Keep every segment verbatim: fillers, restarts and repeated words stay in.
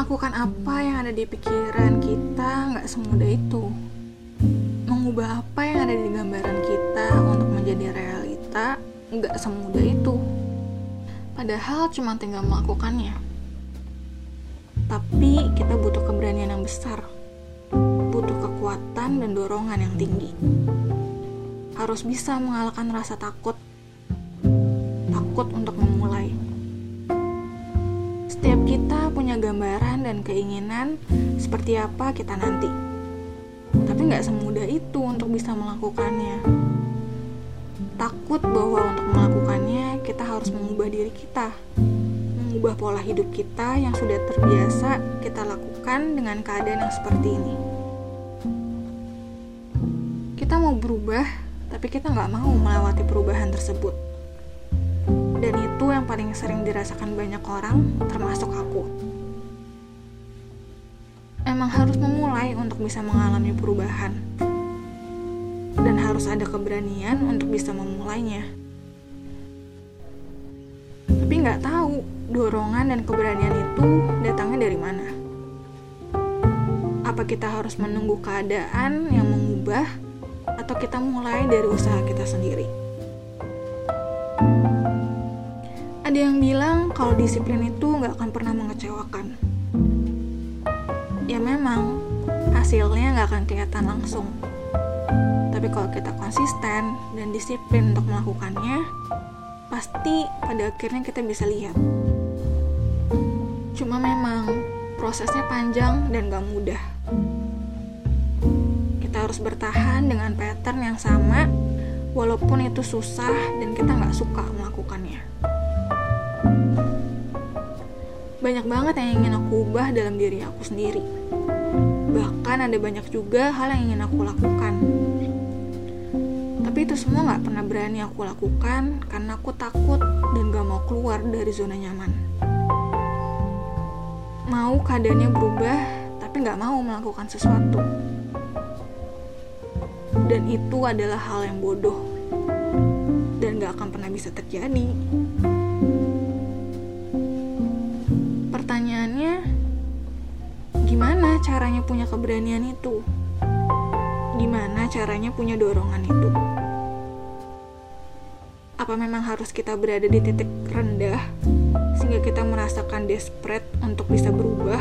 Melakukan apa yang ada di pikiran kita nggak semudah itu. Mengubah apa yang ada di gambaran kita untuk menjadi realita nggak semudah itu. Padahal cuma tinggal melakukannya. Tapi kita butuh keberanian yang besar, butuh kekuatan dan dorongan yang tinggi. Harus bisa mengalahkan rasa takut, takut untuk memulai. Setiap kita punya gambaran dan keinginan seperti apa kita nanti. Tapi nggak semudah itu untuk bisa melakukannya. Takut bahwa untuk melakukannya kita harus mengubah diri kita, mengubah pola hidup kita yang sudah terbiasa kita lakukan dengan keadaan yang seperti ini. Kita mau berubah, tapi kita nggak mau melewati perubahan tersebut. Dan itu yang paling sering dirasakan banyak orang, termasuk aku. Emang harus memulai untuk bisa mengalami perubahan. Dan harus ada keberanian untuk bisa memulainya. Tapi nggak tahu dorongan dan keberanian itu datangnya dari mana. Apa kita harus menunggu keadaan yang mengubah, atau kita mulai dari usaha kita sendiri? Ada yang bilang kalau disiplin itu gak akan pernah mengecewakan. Ya memang, hasilnya gak akan kelihatan langsung. Tapi kalau kita konsisten dan disiplin untuk melakukannya, pasti pada akhirnya kita bisa lihat. Cuma memang, prosesnya panjang dan gak mudah. Kita harus bertahan dengan pattern yang sama, walaupun itu susah dan kita gak suka melakukannya. Banyak banget yang ingin aku ubah dalam diri aku sendiri. Bahkan ada banyak juga hal yang ingin aku lakukan. Tapi itu semua gak pernah berani aku lakukan karena aku takut dan gak mau keluar dari zona nyaman. Mau keadaannya berubah, tapi gak mau melakukan sesuatu. Dan itu adalah hal yang bodoh dan gak akan pernah bisa terjadi. Pertanyaannya, gimana caranya punya keberanian itu? Gimana caranya punya dorongan itu? Apa memang harus kita berada di titik rendah sehingga kita merasakan desperate untuk bisa berubah?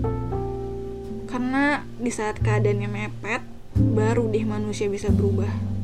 Karena di saat keadaannya mepet, baru deh manusia bisa berubah.